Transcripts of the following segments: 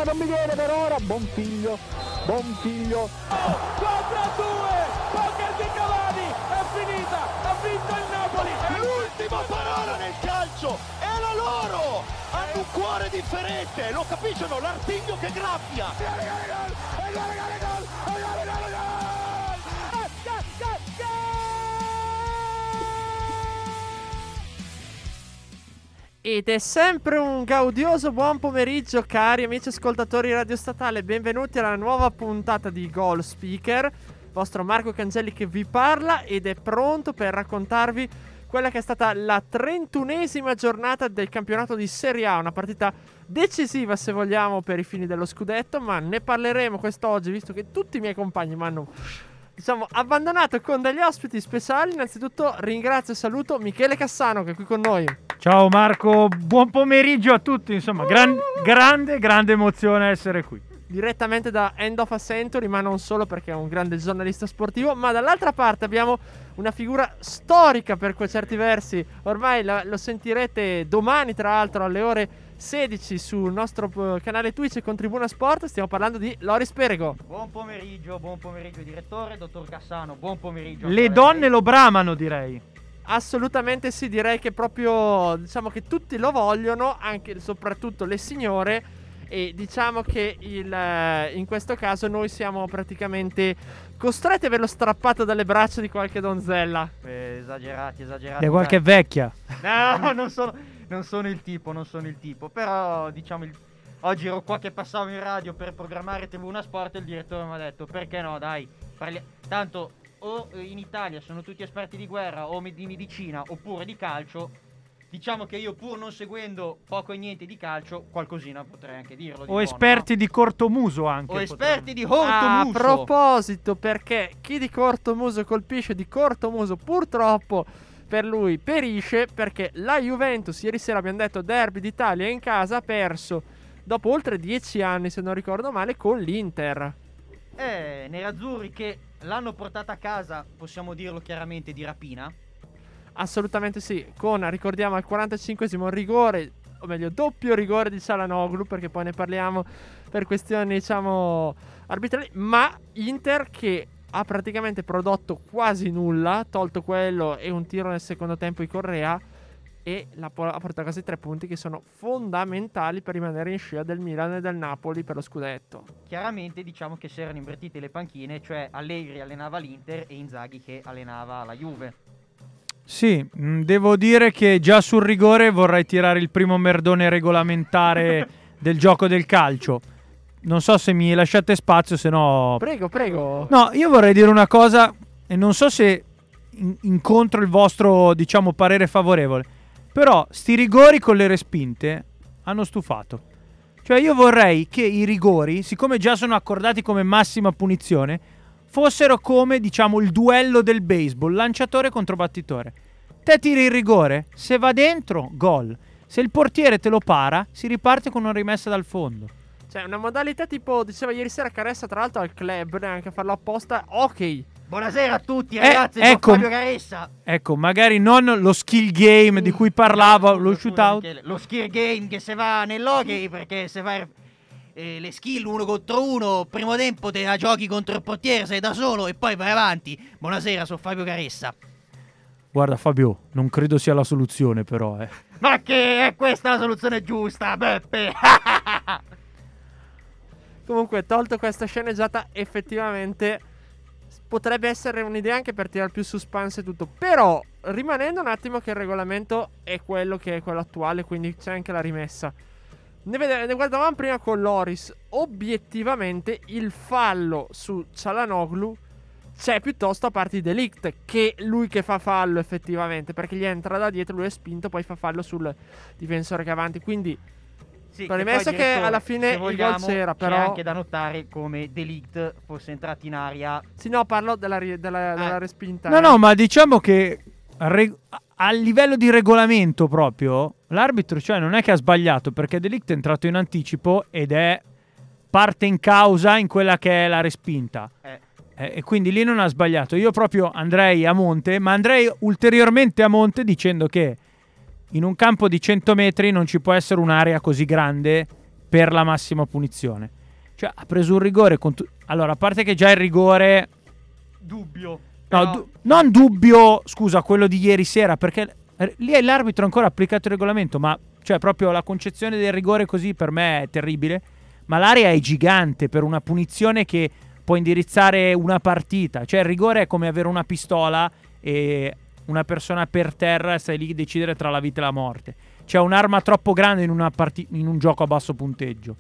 non mi viene per ora, buon figlio, 4-2, poker di Cavani, è finita, ha vinto il Napoli. L'ultima parola nel calcio è la loro, hanno un cuore differente, lo capiscono, l'artiglio che graffia. Ed è sempre un gaudioso buon pomeriggio, cari amici ascoltatori Radio Statale. Benvenuti alla nuova puntata di Goal Speaker. Vostro Marco Cangelli che vi parla ed è pronto per raccontarvi quella che è stata la 31esima giornata del campionato di Serie A. Una partita decisiva, se vogliamo, per i fini dello scudetto, ma ne parleremo quest'oggi, visto che tutti i miei compagni mi hanno, abbandonato con degli ospiti speciali. Innanzitutto ringrazio e saluto Michele Cassano, che è qui con noi. Ciao Marco, buon pomeriggio a tutti. Insomma, grande emozione essere qui. Direttamente da End of a Century, ma non solo, perché è un grande giornalista sportivo. Ma dall'altra parte abbiamo una figura storica per quei certi versi. Ormai lo sentirete domani, tra l'altro, alle ore 16 sul nostro canale Twitch con Tribuna Sport. Stiamo parlando di Loris Perego. Buon pomeriggio direttore, dottor Cassano, buon pomeriggio. Le donne lo bramano, direi. Assolutamente sì, direi che proprio, diciamo che tutti lo vogliono, anche soprattutto le signore, e diciamo che in questo caso noi siamo praticamente costretti a averlo strappato dalle braccia di qualche donzella. Esagerati. Di qualche vecchia. No, non sono il tipo, però diciamo oggi ero qua che passavo in radio per programmare Tribuna Sport e il direttore mi ha detto perché no, dai, tanto o in Italia sono tutti esperti di guerra o di medicina oppure di calcio. Diciamo che io, pur non seguendo poco e niente di calcio, qualcosina potrei anche dirlo. O esperti di cortomuso anche. O esperti di cortomuso. A proposito, perché chi di cortomuso colpisce di cortomuso purtroppo per lui perisce, perché la Juventus ieri sera, abbiamo detto, derby d'Italia in casa, ha perso dopo oltre 10 anni, se non ricordo male, con l'Inter. Nerazzurri che l'hanno portata a casa, possiamo dirlo chiaramente, di rapina. Assolutamente sì, con, ricordiamo, al 45esimo rigore, o meglio doppio rigore di Çalhanoğlu, perché poi ne parliamo per questioni, diciamo, arbitrali. Ma Inter che ha praticamente prodotto quasi nulla, tolto quello e un tiro nel secondo tempo di Correa, e ha portato a casa i 3 punti che sono fondamentali per rimanere in scia del Milan e del Napoli per lo scudetto. Chiaramente diciamo che si erano invertite le panchine, cioè Allegri allenava l'Inter e Inzaghi che allenava la Juve. Sì, devo dire che già sul rigore vorrei tirare il primo merdone regolamentare del gioco del calcio. Non so se mi lasciate spazio, se no... Prego. No, io vorrei dire una cosa e non so se incontro il vostro, diciamo, parere favorevole. Però sti rigori con le respinte hanno stufato. Cioè io vorrei che i rigori, siccome già sono accordati come massima punizione, fossero come, diciamo, il duello del baseball, lanciatore contro battitore. Te tiri il rigore, se va dentro, gol. Se il portiere te lo para, si riparte con una rimessa dal fondo. Cioè una modalità tipo, diceva ieri sera Caressa, tra l'altro al club, neanche a farlo apposta, ok. Buonasera a tutti ragazzi, sono Fabio Caressa. Ecco, magari non lo skill game di cui parlava, lo shootout. Michele, lo skill game che se va nell'hockey, perché se va le skill 1 contro 1, primo tempo te la giochi contro il portiere, sei da solo e poi vai avanti. Buonasera, sono Fabio Caressa. Guarda Fabio, non credo sia la soluzione però, Ma che è questa la soluzione giusta, Beppe? Comunque, tolto questa sceneggiata, effettivamente potrebbe essere un'idea anche per tirare più suspense e tutto. Però, rimanendo un attimo che il regolamento è quello che è quello attuale, quindi c'è anche la rimessa. Ne guardavamo prima con Loris. Obiettivamente il fallo su Çalhanoğlu c'è piuttosto a parte di De Ligt, che lui che fa fallo effettivamente, perché gli entra da dietro, lui è spinto, poi fa fallo sul difensore che è avanti. Quindi sì, premesso che alla fine il gol c'era, però c'è anche da notare come De Ligt fosse entrato in aria. Sì, no, parlo della respinta. No, ma diciamo che a livello di regolamento proprio l'arbitro, cioè, non è che ha sbagliato, perché De Ligt è entrato in anticipo ed è parte in causa in quella che è la respinta. E quindi lì non ha sbagliato. Io proprio andrei a monte, ma andrei ulteriormente a monte dicendo che in un campo di 100 metri non ci può essere un'area così grande per la massima punizione. Cioè ha preso un rigore allora, a parte che già il rigore Dubbio. no, Però- non dubbio, scusa, quello di ieri sera, perché lì l'arbitro ha ancora applicato il regolamento, ma cioè proprio la concezione del rigore così per me è terribile. Ma l'area è gigante per una punizione che può indirizzare una partita. Cioè il rigore è come avere una pistola e una persona per terra e stai lì a decidere tra la vita e la morte. C'è un'arma troppo grande in un gioco a basso punteggio.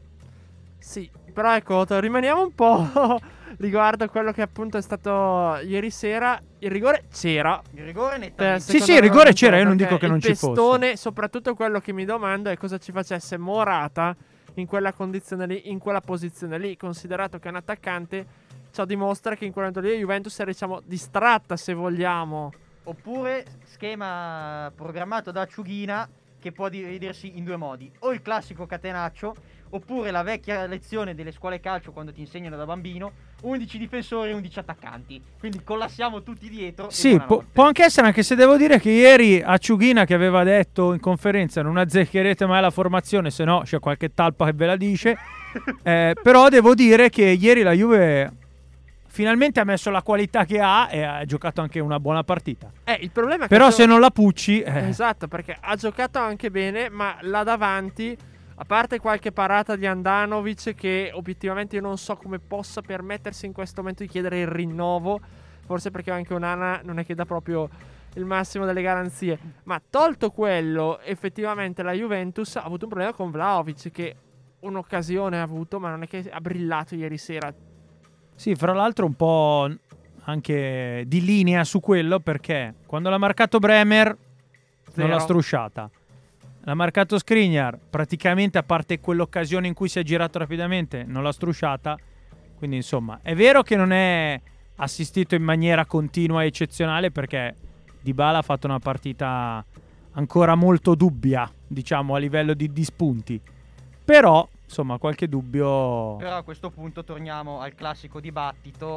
Sì, però ecco, rimaniamo un po' riguardo a quello che appunto è stato ieri sera. Il rigore c'era. Il rigore nettamente. Sì, sì, il rigore c'era, io non dico che non ci fosse. Il pestone, soprattutto quello che mi domando è cosa ci facesse Morata in quella condizione lì, in quella posizione lì, considerato che è un attaccante. Ciò dimostra che in quel momento lì la Juventus era, diciamo, distratta, se vogliamo. Oppure schema programmato da Ciughina, che può dividersi in due modi: o il classico catenaccio, oppure la vecchia lezione delle scuole calcio quando ti insegnano da bambino: 11 difensori e 11 attaccanti. Quindi collassiamo tutti dietro. Sì, può anche essere, anche se devo dire che ieri a Ciughina, che aveva detto in conferenza non azzeccherete mai la formazione, se no c'è qualche talpa che ve la dice. Però devo dire che ieri la Juve finalmente ha messo la qualità che ha e ha giocato anche una buona partita. Il problema è che Però se non la pucci... Esatto, perché ha giocato anche bene, ma là davanti, a parte qualche parata di Andanovic, che obiettivamente io non so come possa permettersi in questo momento di chiedere il rinnovo, forse perché anche Onana non è che dà proprio il massimo delle garanzie. Ma tolto quello, effettivamente la Juventus ha avuto un problema con Vlahovic, che un'occasione ha avuto, ma non è che ha brillato ieri sera. Sì, fra l'altro un po' anche di linea su quello, perché quando l'ha marcato Bremer non l'ha strusciata. L'ha marcato Skriniar, praticamente a parte quell'occasione in cui si è girato rapidamente, non l'ha strusciata. Quindi insomma, è vero che non è assistito in maniera continua e eccezionale, perché Dybala ha fatto una partita ancora molto dubbia, diciamo, a livello di spunti. Però insomma, qualche dubbio. Però a questo punto torniamo al classico dibattito: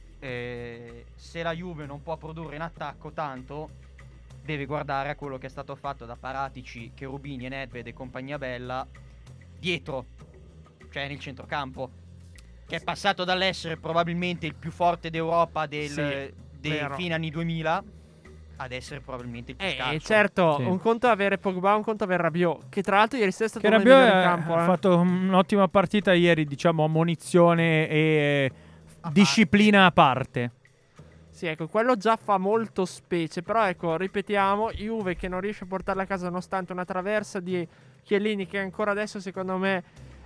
se la Juve non può produrre in attacco tanto, deve guardare a quello che è stato fatto da Paratici, Cherubini e Nedved e compagnia bella dietro, cioè nel centrocampo, che è passato dall'essere probabilmente il più forte d'Europa dei fine anni 2000 ad essere probabilmente il più scarso. Certo, Sì. un conto è avere Pogba, un conto è avere Rabiot, che tra l'altro ieri sera è stato Che uno dei Rabiot migliori in campo. ha fatto un'ottima partita ieri, diciamo, a munizione e disciplina a parte. Sì, ecco, quello già fa molto specie. Però ecco, ripetiamo, Juve che non riesce a portarla a casa nonostante una traversa di Chiellini che ancora adesso secondo me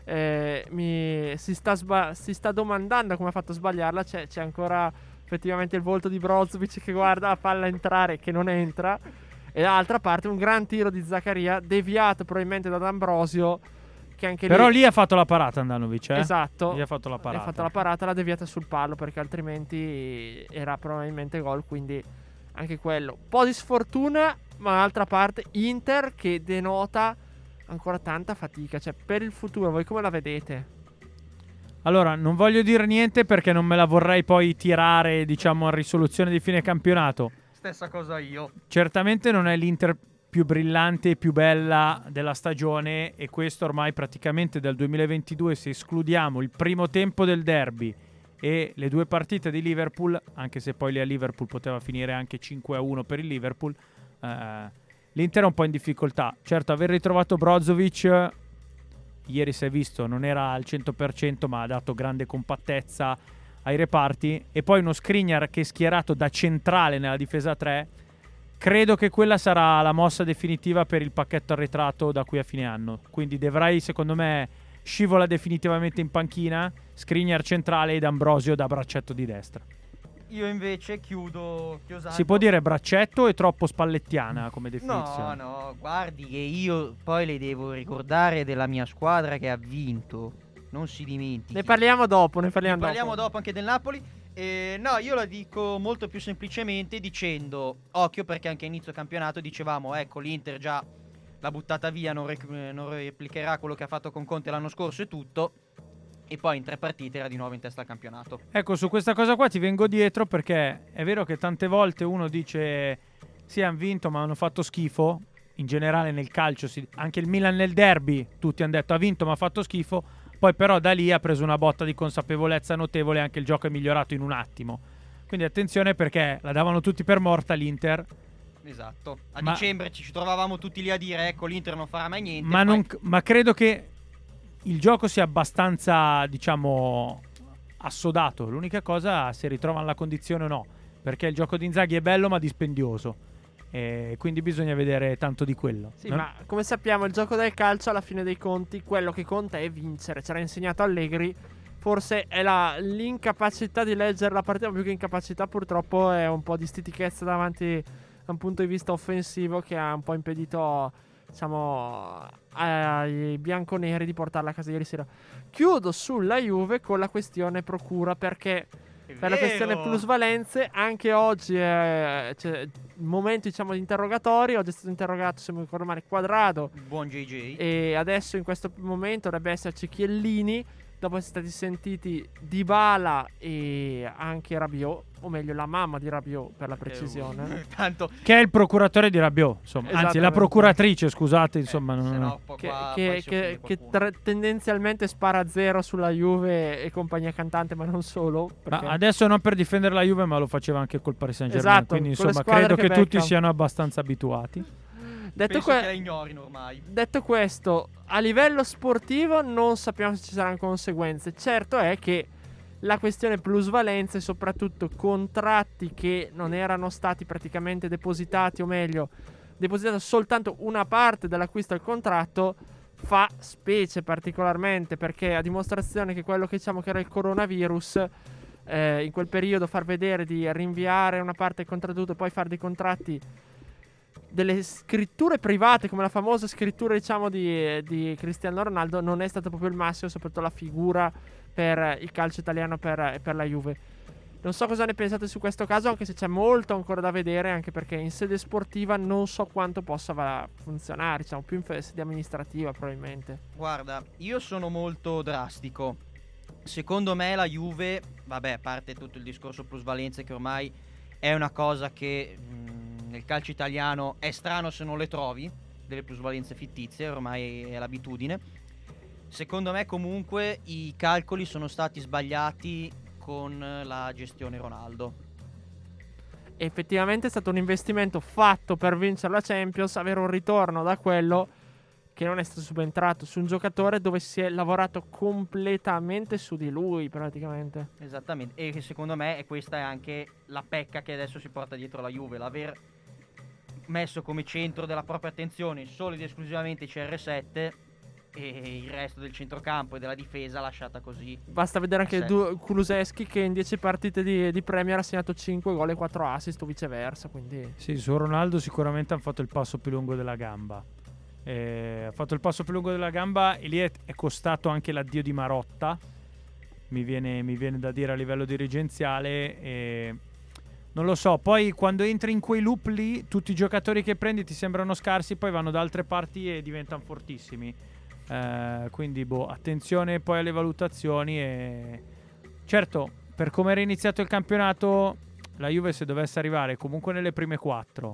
si sta domandando come ha fatto a sbagliarla. C'è ancora effettivamente il volto di Brozovic che guarda la palla entrare che non entra. E dall'altra parte un gran tiro di Zaccaria deviato probabilmente da D'Ambrosio, che anche Però lì ha fatto la parata Andanovic, Esatto. Lì ha fatto la parata. Ha fatto la parata, l'ha deviata sul palo, perché altrimenti era probabilmente gol. Quindi anche quello. Un po' di sfortuna, ma dall'altra parte Inter che denota ancora tanta fatica. Cioè, per il futuro, voi come la vedete? Allora, non voglio dire niente perché non me la vorrei poi tirare, diciamo, a risoluzione di fine campionato. Stessa cosa io. Certamente non è l'Inter più brillante e più bella della stagione, e questo ormai praticamente dal 2022, se escludiamo il primo tempo del derby e le due partite di Liverpool, anche se poi lì a Liverpool poteva finire anche 5-1 per il Liverpool, l'Inter è un po' in difficoltà. Certo, aver ritrovato Brozovic ieri, si è visto, non era al 100%, ma ha dato grande compattezza ai reparti, e poi uno Skriniar che è schierato da centrale nella difesa 3. Credo che quella sarà la mossa definitiva per il pacchetto arretrato da qui a fine anno. Quindi Devray, secondo me, scivola definitivamente in panchina, Skriniar centrale ed Ambrosio da braccetto di destra. Io invece chiudo chiosando. Si può dire braccetto e troppo spallettiana come definizione? No, guardi che io poi le devo ricordare della mia squadra che ha vinto. Non si dimentichi. Ne parliamo dopo, ne parliamo dopo anche del Napoli. No, io la dico molto più semplicemente dicendo: occhio, perché anche a inizio campionato dicevamo, ecco, l'Inter già l'ha buttata via, non replicherà quello che ha fatto con Conte l'anno scorso e tutto. E poi in 3 partite era di nuovo in testa al campionato. Ecco, su questa cosa qua ti vengo dietro, perché è vero che tante volte uno dice sì, hanno vinto ma hanno fatto schifo, in generale nel calcio, anche il Milan nel derby, tutti hanno detto ha vinto ma ha fatto schifo, poi però da lì ha preso una botta di consapevolezza notevole, anche il gioco è migliorato in un attimo. Quindi attenzione, perché la davano tutti per morta l'Inter. Esatto. A dicembre ci trovavamo tutti lì a dire ecco l'Inter non farà mai niente. Ma credo che il gioco sia abbastanza, diciamo, assodato. L'unica cosa se ritrovano la condizione o no, perché il gioco di Inzaghi è bello ma dispendioso. E quindi bisogna vedere tanto di quello. Sì, ma come sappiamo il gioco del calcio alla fine dei conti quello che conta è vincere. C'era insegnato Allegri. Forse è l'incapacità di leggere la partita, più che incapacità purtroppo è un po' di stitichezza davanti da un punto di vista offensivo che ha un po' impedito, diciamo, ai bianconeri di portarla a casa ieri sera. Chiudo sulla Juve con la questione procura, perché per la questione plusvalenze anche oggi c'è il momento, diciamo, di interrogatori. Oggi è stato interrogato, se mi ricordo male, Quadrado, buon JJ, e adesso in questo momento dovrebbe esserci Chiellini. Dopo essere stati sentiti Dybala e anche Rabiot, o meglio la mamma di Rabiot per la precisione, tanto che è il procuratore di Rabiot, insomma, anzi la procuratrice, scusate, insomma, tendenzialmente spara a zero sulla Juve e compagnia cantante, ma non solo. Ma adesso non per difendere la Juve, ma lo faceva anche col Paris Saint-Germain, esatto, quindi insomma credo che tutti siano abbastanza abituati. Penso che la ignorino ormai. Detto questo, a livello sportivo non sappiamo se ci saranno conseguenze. Certo è che la questione plusvalenze, soprattutto contratti che non erano stati praticamente depositati, o meglio, depositata soltanto una parte dell'acquisto del contratto, fa specie particolarmente, perché a dimostrazione che quello che diciamo che era il coronavirus, in quel periodo far vedere di rinviare una parte del contratto e poi fare dei contratti, delle scritture private, come la famosa scrittura, diciamo, di Cristiano Ronaldo, non è stato proprio il massimo, soprattutto la figura per il calcio italiano, per la Juve. Non so cosa ne pensate su questo caso, anche se c'è molto ancora da vedere, anche perché in sede sportiva non so quanto possa funzionare, diciamo, più in sede amministrativa probabilmente. Guarda, io sono molto drastico. Secondo me la Juve, vabbè, a parte tutto il discorso plusvalenze che ormai è una cosa che nel calcio italiano è strano se non le trovi, delle plusvalenze fittizie, ormai è l'abitudine. Secondo me comunque i calcoli sono stati sbagliati con la gestione Ronaldo. Effettivamente è stato un investimento fatto per vincere la Champions, avere un ritorno da quello che non è stato subentrato su un giocatore dove si è lavorato completamente su di lui praticamente. Esattamente, e secondo me questa è anche la pecca che adesso si porta dietro la Juve, l'aver messo come centro della propria attenzione solo ed esclusivamente CR7 e il resto del centrocampo e della difesa lasciata così. Basta vedere anche Kulusevski, che in 10 partite di Premier ha segnato 5 gol e 4 assist o viceversa, quindi sì, su Ronaldo sicuramente hanno fatto il passo più lungo della gamba. Ha fatto il passo più lungo della gamba e lì è costato anche l'addio di Marotta, mi viene da dire, a livello dirigenziale. E non lo so, poi quando entri in quei loop lì, tutti i giocatori che prendi ti sembrano scarsi, poi vanno da altre parti e diventano fortissimi. Quindi attenzione poi alle valutazioni. E certo, per come era iniziato il campionato, la Juve, se dovesse arrivare comunque nelle prime 4,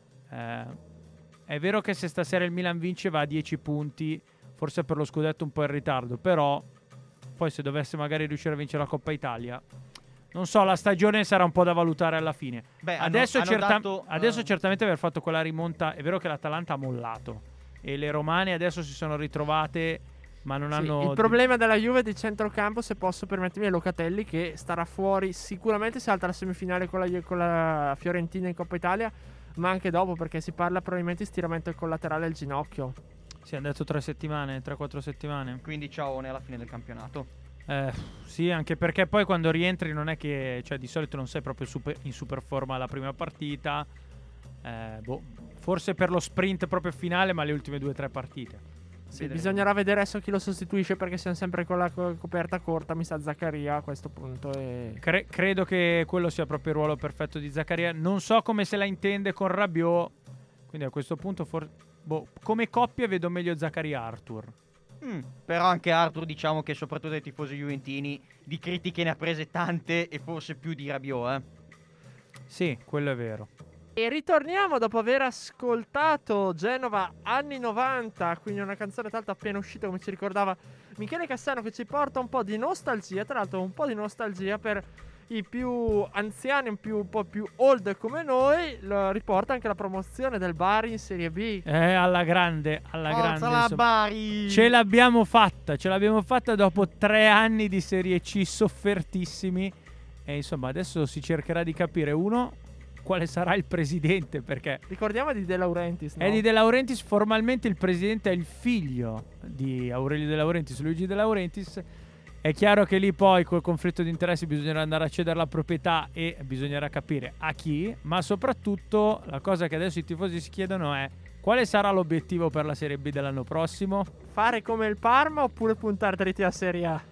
è vero che se stasera il Milan vince va a 10 punti, forse per lo scudetto un po' in ritardo, però poi se dovesse magari riuscire a vincere la Coppa Italia, non so, la stagione sarà un po' da valutare alla fine. Beh, adesso certamente aver fatto quella rimonta, è vero che l'Atalanta ha mollato e le romane adesso si sono ritrovate, ma non hanno... Il problema della Juve di centrocampo, se posso permettermi, è Locatelli, che starà fuori sicuramente se salta la semifinale con la Fiorentina in Coppa Italia, ma anche dopo, perché si parla probabilmente di stiramento del collaterale al ginocchio. Si hanno detto 3-4 settimane. Quindi ciao alla fine del campionato. Sì, anche perché poi quando rientri non è che, cioè, di solito non sei proprio in super forma la prima partita. Forse per lo sprint proprio finale, ma le ultime 2-3 partite. Sì, bisognerà vedere adesso chi lo sostituisce, perché siamo sempre con la coperta corta, mi sa Zaccaria a questo punto. Credo che quello sia proprio il ruolo perfetto di Zaccaria. Non so come se la intende con Rabiot, quindi a questo punto come coppia vedo meglio Zaccaria-Arthur. Però anche Arthur, diciamo che soprattutto dai tifosi juventini di critiche ne ha prese tante, e forse più di Rabiot. Sì, quello è vero. E ritorniamo dopo aver ascoltato Genova anni 90, quindi una canzone tanto appena uscita, come ci ricordava Michele Cassano, che ci porta un po' di nostalgia, tra l'altro un po' di nostalgia per i più anziani, un po' più old come noi. Lo riporta anche la promozione del Bari in Serie B. Alla grande, Forza la insomma. Bari! Ce l'abbiamo fatta dopo 3 anni di Serie C soffertissimi. E insomma, adesso si cercherà di capire quale sarà il presidente, perché Ricordiamo di De Laurentiis, no? è di De Laurentiis. Formalmente il presidente è il figlio di Aurelio De Laurentiis, Luigi De Laurentiis. È chiaro che lì poi col conflitto di interessi bisognerà andare a cedere la proprietà e bisognerà capire a chi, ma soprattutto la cosa che adesso i tifosi si chiedono è: quale sarà l'obiettivo per la Serie B dell'anno prossimo? Fare come il Parma oppure puntare dritti a Serie A?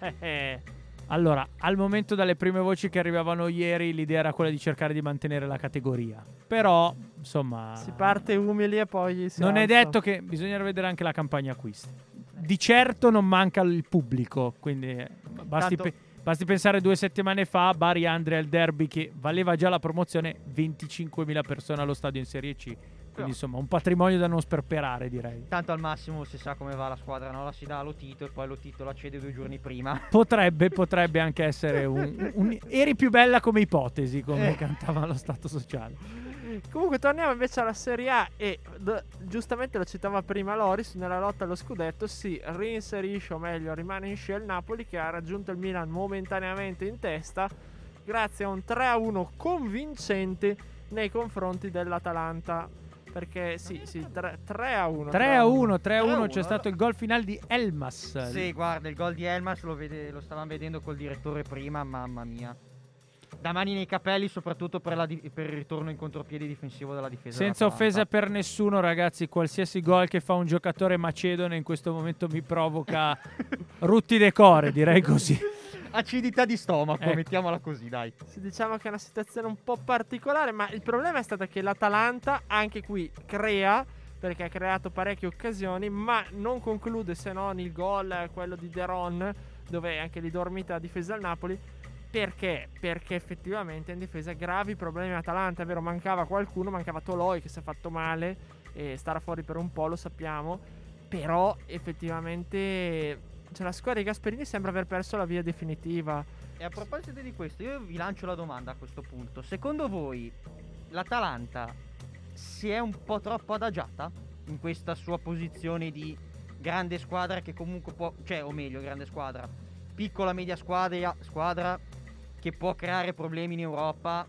Allora, al momento, dalle prime voci che arrivavano ieri, l'idea era quella di cercare di mantenere la categoria. Però, insomma, Si parte umili e poi si non è alza. detto che bisogna vedere anche la campagna acquisti. Di certo non manca il pubblico, quindi basti pensare 2 settimane fa, Bari Andria al derby, che valeva già la promozione, 25.000 persone allo stadio in Serie C. Quindi insomma un patrimonio da non sperperare, direi. Tanto al massimo si sa come va la squadra, no? La si dà a Lotito e poi Lotito la cede 2 giorni prima. Potrebbe anche essere eri più bella come ipotesi, come cantava lo Stato Sociale. Comunque torniamo invece alla Serie A e giustamente lo citava prima Loris, nella lotta allo scudetto si reinserisce, o meglio rimane in scia il Napoli, che ha raggiunto il Milan momentaneamente in testa grazie a un 3-1 convincente nei confronti dell'Atalanta. Perché sì, 3-1. 3-1, c'è stato il gol finale di Elmas. Sì, guarda, il gol di Elmas lo stavamo vedendo col direttore prima, mamma mia. Da mani nei capelli, soprattutto per il ritorno in contropiede difensivo della difesa. Senza offesa per nessuno, ragazzi, qualsiasi gol che fa un giocatore macedone in questo momento mi provoca rutti decore, direi così. Acidità di stomaco, Ecco. mettiamola così, dai. Diciamo che è una situazione un po' particolare, ma il problema è stato che l'Atalanta anche qui crea, perché ha creato parecchie occasioni, ma non conclude, se non il gol, quello di De Ron, dove anche lì dormita la difesa del Napoli. Perché? Perché effettivamente in difesa gravi problemi Atalanta, è vero, mancava qualcuno, mancava Toloi che si è fatto male e starà fuori per un po', lo sappiamo, però effettivamente la squadra di Gasperini sembra aver perso la via definitiva. E a proposito di questo, io vi lancio la domanda a questo punto. Secondo voi l'Atalanta si è un po' troppo adagiata in questa sua posizione di grande squadra che comunque può, cioè, o meglio, grande squadra, piccola media squadra che può creare problemi in Europa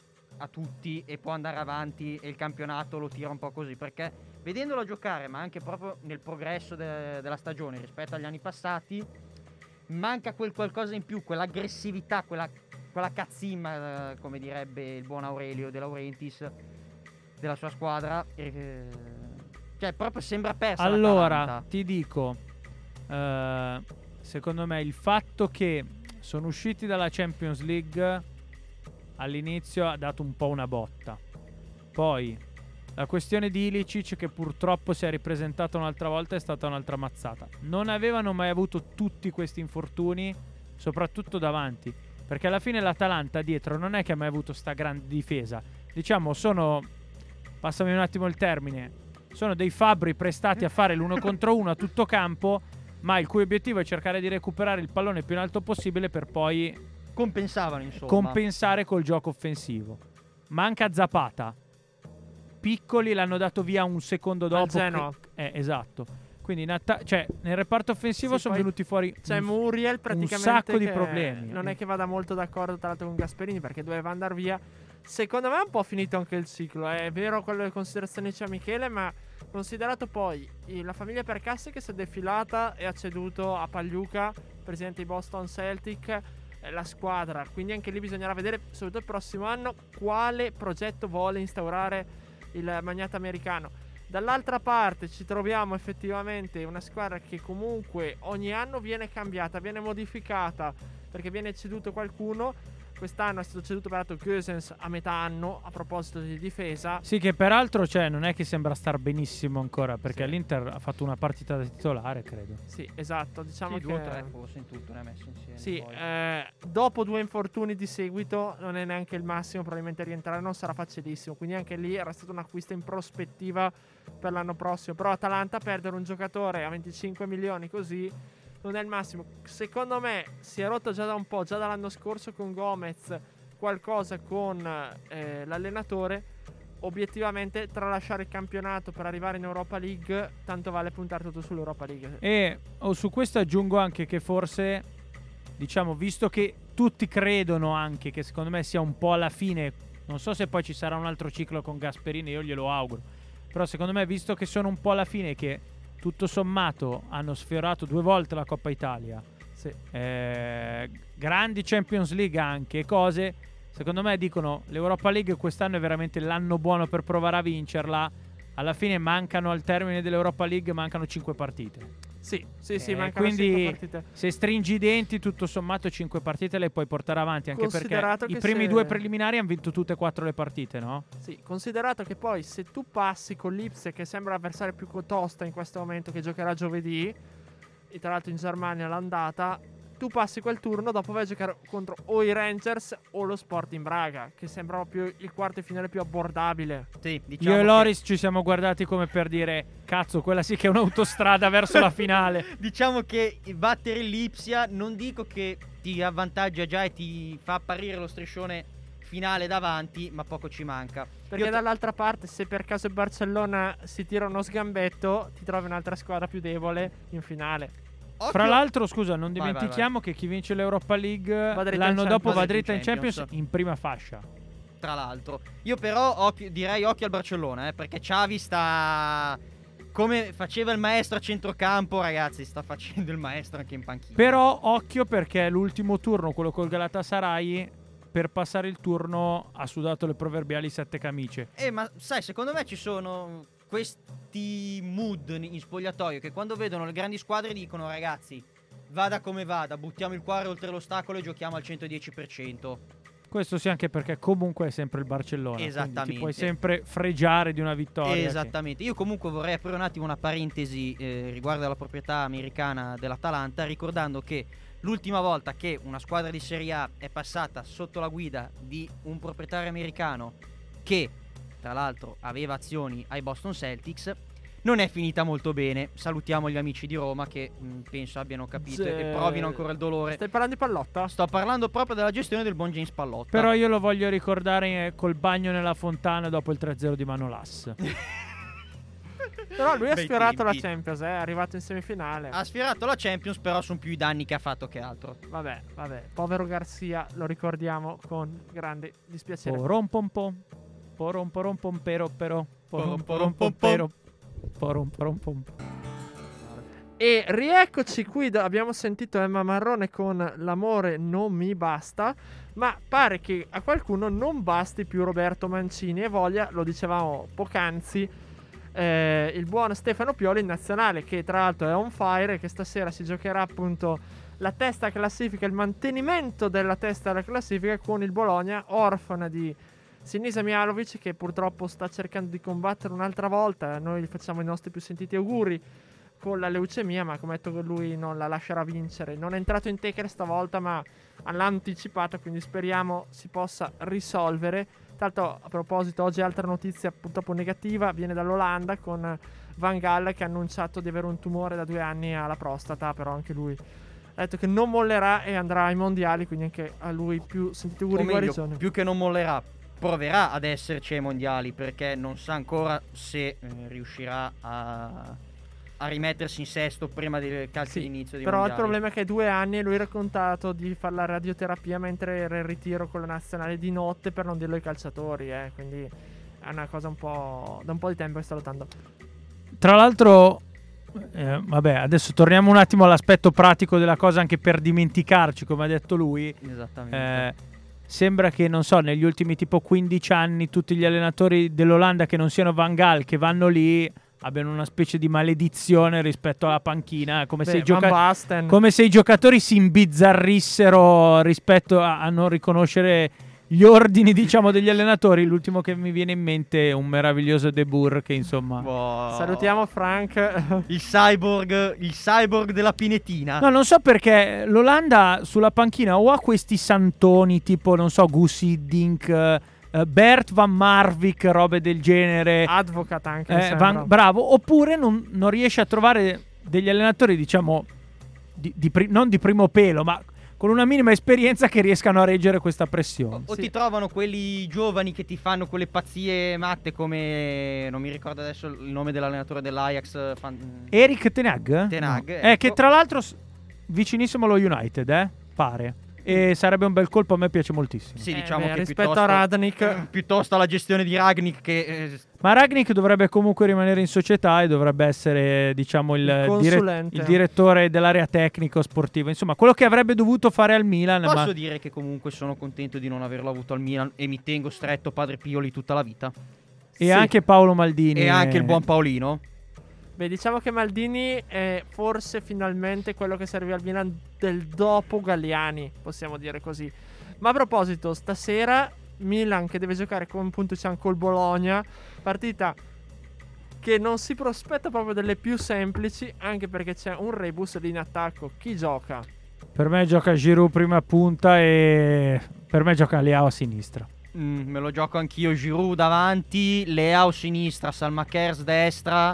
a tutti e può andare avanti e il campionato lo tira un po' così? Perché vedendolo giocare, ma anche proprio nel progresso della stagione rispetto agli anni passati, manca quel qualcosa in più, quell'aggressività, quella cazzimma, come direbbe il buon Aurelio De Laurentiis, della sua squadra. Cioè proprio sembra persa Allora, l'Atalanta. ti dico, secondo me il fatto che sono usciti dalla Champions League all'inizio ha dato un po' una botta. Poi la questione di Ilicic, che purtroppo si è ripresentata un'altra volta, è stata un'altra mazzata. Non avevano mai avuto tutti questi infortuni, soprattutto davanti, perché alla fine l'Atalanta dietro non è che ha mai avuto sta grande difesa. Diciamo, passami un attimo il termine, sono dei fabbri prestati a fare l'1 contro 1 a tutto campo, ma il cui obiettivo è cercare di recuperare il pallone più in alto possibile per poi Compensavano, insomma. compensare col gioco offensivo. Manca Zapata. Piccoli l'hanno dato via un secondo dopo. Genoa. Esatto. Quindi nel reparto offensivo Sì, sono poi venuti fuori c'è Muriel praticamente un sacco di che problemi. non è che vada molto d'accordo tra l'altro con Gasperini, perché doveva andare via. Secondo me è un po' finito anche il ciclo. È vero quello delle considerazioni c'è Michele, ma considerato poi la famiglia Percassi che si è defilata e ha ceduto a Pagliuca, presidente di Boston Celtic, la squadra. Quindi anche lì bisognerà vedere, soprattutto il prossimo anno, quale progetto vuole instaurare il magnate americano. Dall'altra parte ci troviamo effettivamente una squadra che comunque ogni anno viene cambiata, viene modificata, perché viene ceduto qualcuno, quest'anno è stato ceduto peraltro Gosens a metà anno, a proposito di difesa. Sì, che peraltro non è che sembra star benissimo ancora, perché Sì. l'Inter ha fatto una partita da titolare, credo. Sì, esatto, diciamo Sì, che 2 o 3 forse in tutto ne ha messo insieme. sì, poi. dopo 2 infortuni di seguito non è neanche il massimo, probabilmente rientrare non sarà facilissimo, quindi anche lì era stato un acquisto in prospettiva per l'anno prossimo. Però Atalanta perdere un giocatore a 25 milioni così non è il massimo. Secondo me si è rotto già da un po', già dall'anno scorso con Gomez, qualcosa con l'allenatore. Obiettivamente, tralasciare il campionato per arrivare in Europa League, tanto vale puntare tutto sull'Europa League. E su questo aggiungo anche che forse, diciamo, visto che tutti credono anche che secondo me sia un po' alla fine, non so se poi ci sarà un altro ciclo con Gasperini, io glielo auguro, però secondo me, visto che sono un po' alla fine, che tutto sommato hanno sfiorato 2 volte la Coppa Italia, Sì. grandi Champions League anche, cose, secondo me dicono l'Europa League quest'anno è veramente l'anno buono per provare a vincerla. Alla fine mancano, al termine dell'Europa League mancano 5 partite. Sì, mancano 5 quindi partite. se stringi i denti, tutto sommato 5 partite le puoi portare avanti, anche perché Considerato i che primi se- 2 preliminari hanno vinto tutte e 4 le partite, no? Sì, considerato che poi se tu passi con l'Ipse, che sembra l'avversario più tosta in questo momento, che giocherà giovedì, e tra l'altro in Germania l'andata, tu passi quel turno, dopo vai a giocare contro o i Rangers o lo Sporting Braga, che sembrava più il quarto di finale più abbordabile. Sì, diciamo Io e che- Loris ci siamo guardati come per dire cazzo, quella sì che è un'autostrada verso la finale. Diciamo che battere l'Ipsia non dico che ti avvantaggia già e ti fa apparire lo striscione finale davanti, ma poco ci manca. Perché Io- dall'altra parte, se per caso il Barcellona si tira uno sgambetto, ti trovi un'altra squadra più debole in finale. Occhio- Fra l'altro, scusa, non Vai, dimentichiamo che chi vince l'Europa League Va dritta l'anno in dopo va Champions. dritta in Champions in prima fascia. tra l'altro, io però direi occhio al Barcellona, perché Xavi sta come faceva il maestro a centrocampo, ragazzi, sta facendo il maestro anche in panchina. Però occhio, perché l'ultimo turno, quello col Galatasaray, per passare il turno ha sudato le proverbiali 7 camicie. Ma sai, secondo me ci sono questi mood in spogliatoio che quando vedono le grandi squadre dicono ragazzi, vada come vada, buttiamo il cuore oltre l'ostacolo e giochiamo al 110%. Questo sì, anche perché comunque è sempre il Barcellona. quindi Esattamente. ti puoi sempre fregiare di una vittoria. Esattamente. Io comunque vorrei aprire un attimo una parentesi riguardo alla proprietà americana dell'Atalanta, ricordando che l'ultima volta che una squadra di Serie A è passata sotto la guida di un proprietario americano che tra l'altro aveva azioni ai Boston Celtics non è finita molto bene. Salutiamo gli amici di Roma che penso abbiano capito e provino ancora il dolore. Stai parlando di Pallotta? Sto parlando proprio della gestione del buon James Pallotta. Però io lo voglio ricordare col bagno nella fontana dopo il 3-0 di Manolas. Però lui ha Bei sfiorato la tempi. Champions, è arrivato in semifinale. Ha sfiorato la Champions, però sono più i danni che ha fatto che altro. Vabbè, povero Garcia, lo ricordiamo con grande dispiacere. Porom pom pom. Porom porom pom pero pero. Porom porom pom pero. Porom porom pom. E rieccoci qui, abbiamo sentito Emma Marrone con L'amore non mi basta, ma pare che a qualcuno non basti più Roberto Mancini e voglia, lo dicevamo poc'anzi, il buon Stefano Pioli in nazionale, che tra l'altro è on fire e che stasera si giocherà appunto la testa classifica, il mantenimento della testa alla classifica con il Bologna, orfana di Sinisa Mihajlovic, che purtroppo sta cercando di combattere un'altra volta. Noi gli facciamo i nostri più sentiti auguri con la leucemia, ma come detto lui non la lascerà vincere. Non è entrato in taker stavolta, ma l'ha anticipato, quindi speriamo si possa risolvere. Tra l'altro, a proposito, oggi altra notizia purtroppo negativa viene dall'Olanda con Van Gaal che ha annunciato di avere un tumore da 2 anni alla prostata, però anche lui ha detto che non mollerà e andrà ai mondiali, quindi anche a lui più sentiti auguri O di meglio, guarigione. più che non mollerà, proverà ad esserci ai mondiali, perché non sa ancora se riuscirà a rimettersi in sesto prima del calcio Sì, d'inizio dei però il mondiali. problema è che 2 anni e lui ha raccontato di fare la radioterapia mentre era in ritiro con la nazionale di notte, per non dirlo ai calciatori, quindi è una cosa un po' da un po' di tempo che sta lottando. Tra l'altro, vabbè, adesso torniamo un attimo all'aspetto pratico della cosa, anche per dimenticarci, come ha detto lui. Esattamente. Sembra che, non so, negli ultimi tipo 15 anni tutti gli allenatori dell'Olanda che non siano Van Gaal, che vanno lì, abbiano una specie di maledizione rispetto alla panchina, come se Van Basten. come se i giocatori si imbizzarrissero rispetto a non riconoscere gli ordini, diciamo, degli allenatori. L'ultimo che mi viene in mente è un meraviglioso De Boer che, insomma... Wow. Salutiamo Frank. Il cyborg della Pinetina. No, non so perché l'Olanda sulla panchina o ha questi santoni tipo, non so, Guus Hiddink, Bert Van Marwijk, robe del genere, Advocat anche, mi sembra. bravo, oppure non riesce a trovare degli allenatori, diciamo, non di primo pelo, ma con una minima esperienza che riescano a reggere questa pressione. O Sì. ti trovano quelli giovani che ti fanno quelle pazzie matte come... non mi ricordo adesso il nome dell'allenatore dell'Ajax. Eric Ten Hag? Ten Hag, No. ecco. Che tra l'altro vicinissimo allo United, pare. E sarebbe un bel colpo, a me piace moltissimo. Sì, diciamo che rispetto piuttosto, a Radnik, piuttosto alla gestione di Ragnik che... Ma Ragnik dovrebbe comunque rimanere in società e dovrebbe essere, diciamo, il consulente. il direttore dell'area tecnico-sportiva. Insomma, quello che avrebbe dovuto fare al Milan. Posso ma... dire che comunque sono contento di non averlo avuto al Milan e mi tengo stretto Padre Pioli tutta la vita. E Sì. anche Paolo Maldini. E anche il buon Paolino. beh, diciamo che Maldini è forse finalmente quello che serve al Milan del dopo Galliani, possiamo dire così. Ma a proposito, stasera Milan che deve giocare con appunto col Bologna, partita che non si prospetta proprio delle più semplici, anche perché c'è un rebus lì in attacco. Chi gioca? Per me gioca Giroud prima punta e per me gioca Leao a sinistra. Me lo gioco anch'io. Giroud davanti, Leao sinistra, Salmakers destra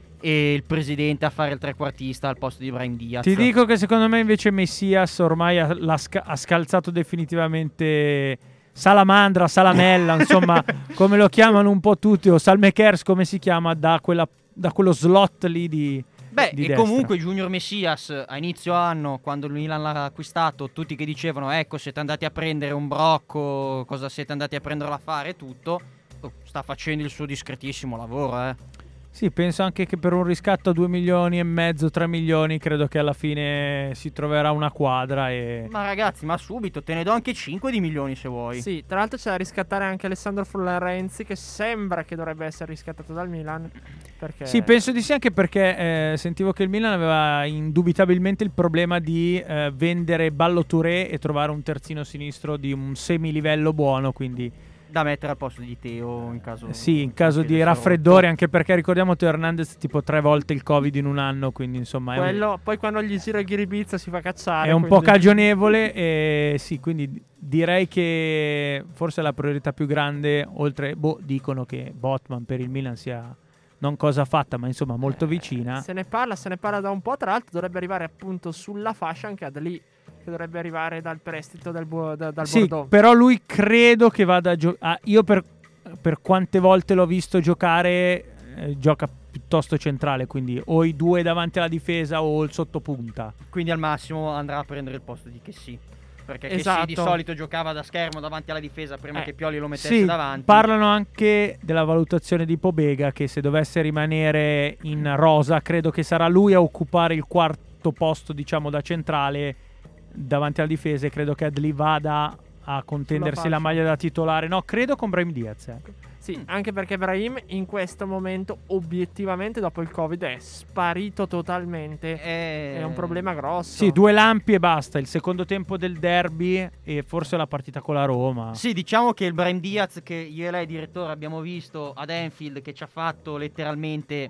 e il presidente a fare il trequartista al posto di Brahim Diaz. Ti dico che secondo me invece Messias ormai ha scalzato definitivamente Salamandra, Salamella, insomma, come lo chiamano un po' tutti, o Salmakers come si chiama, da quello slot lì di Beh, di e destra. comunque Junior Messias a inizio anno, quando il Milan l'ha acquistato, tutti che dicevano ecco siete andati a prendere un brocco, cosa siete andati a prenderlo a fare e tutto, sta facendo il suo discretissimo lavoro, Sì, penso anche che per un riscatto a 2,5 milioni, 3 milioni, credo che alla fine si troverà una quadra e... Ma ragazzi, ma subito, te ne do anche 5 di milioni se vuoi. Sì, tra l'altro c'è da riscattare anche Alessandro Florenzi, che sembra che dovrebbe essere riscattato dal Milan. Perché... Sì, penso di sì, anche perché sentivo che il Milan aveva indubitabilmente il problema di vendere Ballo Touré e trovare un terzino sinistro di un semilivello buono, quindi... Da mettere al posto di Teo in caso... Sì, in caso di raffreddore, anche perché ricordiamo Teo Hernandez tipo 3 volte il Covid in un anno, quindi insomma Quello, poi quando gli gira Ghiribizza si fa cacciare. è un quindi- po' cagionevole e sì, quindi direi che forse la priorità più grande, oltre, dicono che Botman per il Milan sia non cosa fatta, ma insomma molto vicina. Se ne parla da un po', tra l'altro dovrebbe arrivare appunto sulla fascia anche Adli, che dovrebbe arrivare dal prestito dal Sì, Bordeaux. però lui credo che vada a giocare. Io per quante volte l'ho visto giocare, gioca piuttosto centrale, quindi o i due davanti alla difesa o il sottopunta. Quindi al massimo andrà a prendere il posto di Chessy. Perché Chessy Esatto. di solito giocava da schermo davanti alla difesa prima che Pioli lo mettesse Sì, davanti. parlano anche della valutazione di Pobega, che se dovesse rimanere in rosa, credo che sarà lui a occupare il quarto posto, diciamo, da centrale davanti alla difesa, e credo che Adli vada a contendersi Sulla la fascia. maglia da titolare. No, credo con Brahim Diaz. Sì, anche perché Brahim in questo momento obiettivamente dopo il Covid è sparito totalmente. È un problema grosso. Sì, 2 lampi e basta. Il secondo tempo del derby e forse la partita con la Roma. Sì, diciamo che il Brahim Diaz che io e lei direttore abbiamo visto ad Anfield, che ci ha fatto letteralmente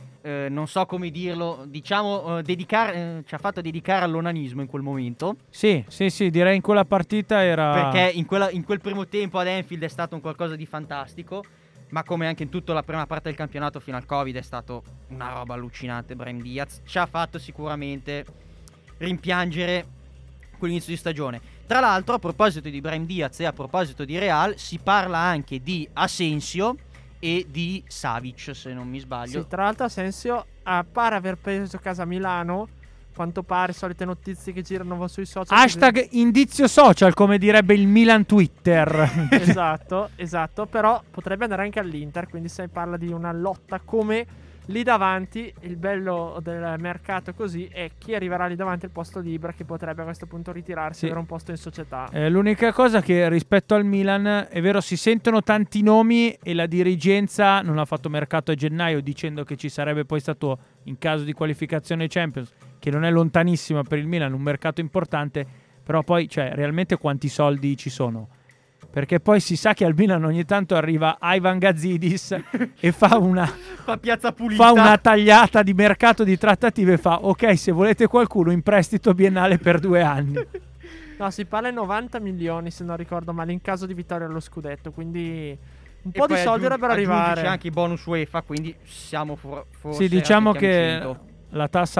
non so come dirlo, diciamo ci ha fatto dedicare all'onanismo in quel momento. Sì, direi in quella partita era... Perché in quel primo tempo ad Anfield è stato un qualcosa di fantastico, ma come anche in tutta la prima parte del campionato fino al Covid è stato una roba allucinante. Brahim Diaz ci ha fatto sicuramente rimpiangere quell'inizio di stagione. Tra l'altro, a proposito di Brahim Diaz e a proposito di Real, si parla anche di Asensio e di Savic, se non mi sbaglio. Sì, tra l'altro Asensio pare aver preso casa Milano. Quanto pare, solite notizie che girano sui social. Hashtag indizio social, come direbbe il Milan Twitter. Esatto, però potrebbe andare anche all'Inter, quindi si parla di una lotta come lì davanti, il bello del mercato così è chi arriverà lì davanti al posto di Ibra, che potrebbe a questo punto ritirarsi e avere un posto in società. L'unica cosa che rispetto al Milan, è vero, si sentono tanti nomi e la dirigenza non ha fatto mercato a gennaio dicendo che ci sarebbe poi stato, in caso di qualificazione Champions, che non è lontanissima per il Milan, un mercato importante, però poi, cioè, realmente quanti soldi ci sono? Perché poi si sa che al Milan ogni tanto arriva Ivan Gazidis e fa una piazza pulita, fa una tagliata di mercato di trattative e fa: ok, se volete qualcuno in prestito biennale per 2 anni. No, si parla di 90 milioni se non ricordo male in caso di vittoria allo scudetto, quindi un po' di soldi dovrebbero arrivare. C'è anche i bonus UEFA, quindi siamo forse. Sì, diciamo che la tassa,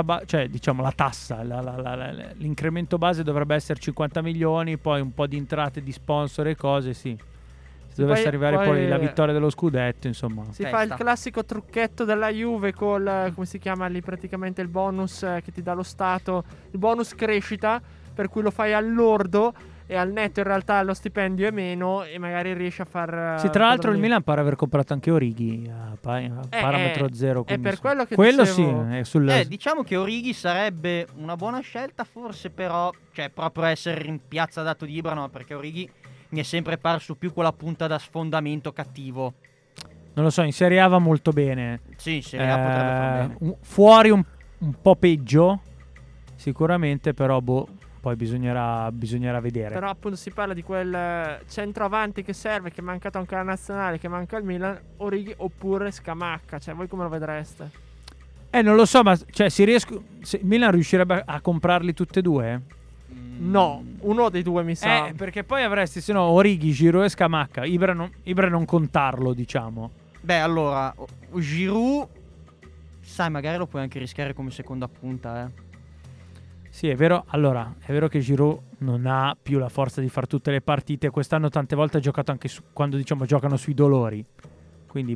l'incremento base dovrebbe essere 50 milioni, poi un po' di entrate di sponsor e cose, sì. Se dovesse arrivare poi la vittoria dello scudetto, insomma. Si fa il classico trucchetto della Juve col, come si chiama lì, praticamente il bonus che ti dà lo Stato, il bonus crescita, per cui lo fai al lordo e al netto in realtà lo stipendio è meno e magari riesci a far... Sì, tra l'altro il Milan pare aver comprato anche Orighi a parametro zero. È per quello che quello dicevo... sì, è diciamo che Orighi sarebbe una buona scelta, forse, però, cioè, proprio essere in piazza dato di Ibra, no, perché Orighi mi è sempre parso più quella punta da sfondamento cattivo. Non lo so, in Serie A va molto bene. Sì, in Serie A potrebbe far bene. Fuori un po' peggio, sicuramente, però poi bisognerà vedere. Però appunto si parla di quel centroavanti che serve, che è mancato anche alla nazionale, che manca al Milan, Orighi oppure Scamacca. Cioè, voi come lo vedreste? Non lo so, ma cioè, il Milan riuscirebbe a comprarli tutte e due? No, uno dei due mi sa. Perché poi avresti, se no, Orighi, Giroud e Scamacca. Ibra non contarlo, diciamo. Beh, allora, Giroud, sai, magari lo puoi anche rischiare come seconda punta, Sì, è vero. Allora, è vero che Giroud non ha più la forza di fare tutte le partite. Quest'anno tante volte ha giocato anche quando, diciamo, giocano sui dolori. Quindi,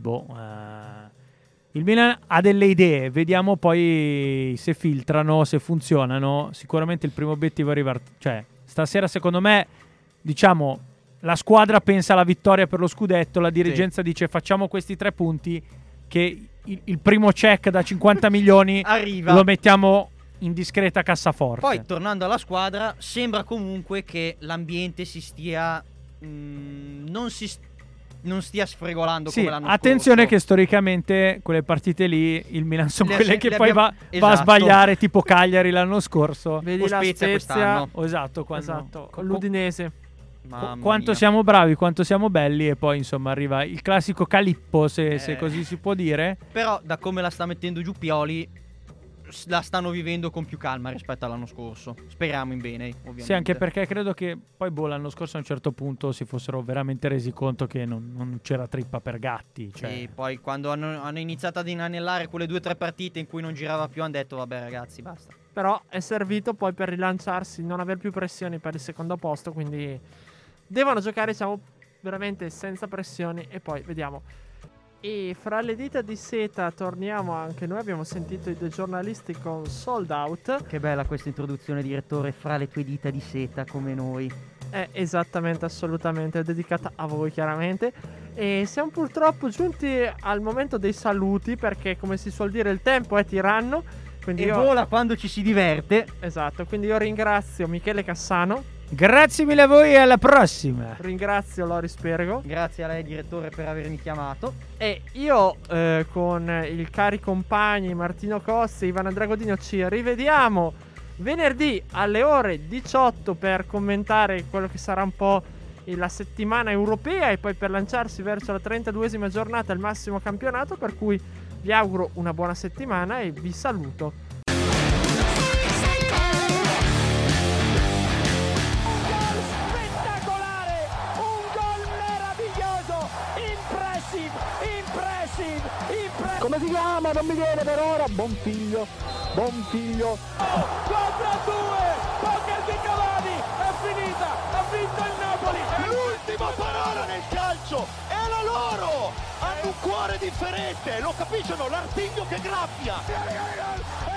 il Milan ha delle idee. Vediamo poi se filtrano, se funzionano. Sicuramente il primo obiettivo è arrivare. Cioè, stasera, secondo me, diciamo, la squadra pensa alla vittoria per lo scudetto. La dirigenza dice: facciamo questi 3 punti. Che il primo check da 50 milioni arriva. Lo mettiamo in discreta cassaforte. Poi, tornando alla squadra, sembra comunque che l'ambiente si stia non stia sfregolando come l'anno attenzione scorso. Che storicamente quelle partite lì il Milan sono quelle che poi va esatto. a sbagliare, tipo Cagliari l'anno scorso. Vedi o la Spezia quest'anno. Esatto, con l'Udinese. Quanto siamo bravi, quanto siamo belli, e poi insomma arriva il classico Calippo, se così si può dire. Però da come la sta mettendo giù Pioli, la stanno vivendo con più calma rispetto all'anno scorso. Speriamo in bene, ovviamente. Sì, anche perché credo che poi l'anno scorso a un certo punto si fossero veramente resi conto che non c'era trippa per gatti, cioè. E poi quando hanno iniziato ad inanellare quelle 2 o 3 partite in cui non girava più, hanno detto vabbè ragazzi, basta. Però è servito poi per rilanciarsi, non aver più pressioni per il secondo posto, quindi devono giocare, diciamo, veramente senza pressioni e poi vediamo. E fra le dita di seta torniamo anche noi. Abbiamo sentito i 2 giornalisti con Sold Out. Che bella questa introduzione, direttore, fra le tue dita di seta come noi. Esattamente, assolutamente, è dedicata a voi chiaramente. E siamo purtroppo giunti al momento dei saluti, perché come si suol dire il tempo è tiranno. Quindi vola quando ci si diverte. Esatto, quindi io ringrazio Michele Cassano. Grazie mille a voi e alla prossima. Ringrazio Loris Pergo. Grazie a lei, direttore, per avermi chiamato. E io con i cari compagni Martino Cossi e Ivana Dragodino ci rivediamo venerdì alle ore 18 per commentare quello che sarà un po' la settimana europea e poi per lanciarsi verso la 32esima giornata, il massimo campionato, per cui vi auguro una buona settimana e vi saluto. Come si chiama? Non mi viene per ora. Buon figlio. 4-2, poker di Cavani, è finita, ha vinto il Napoli. L'ultima parola nel calcio è la loro. Hanno un cuore differente, lo capiscono? L'artiglio che graffia.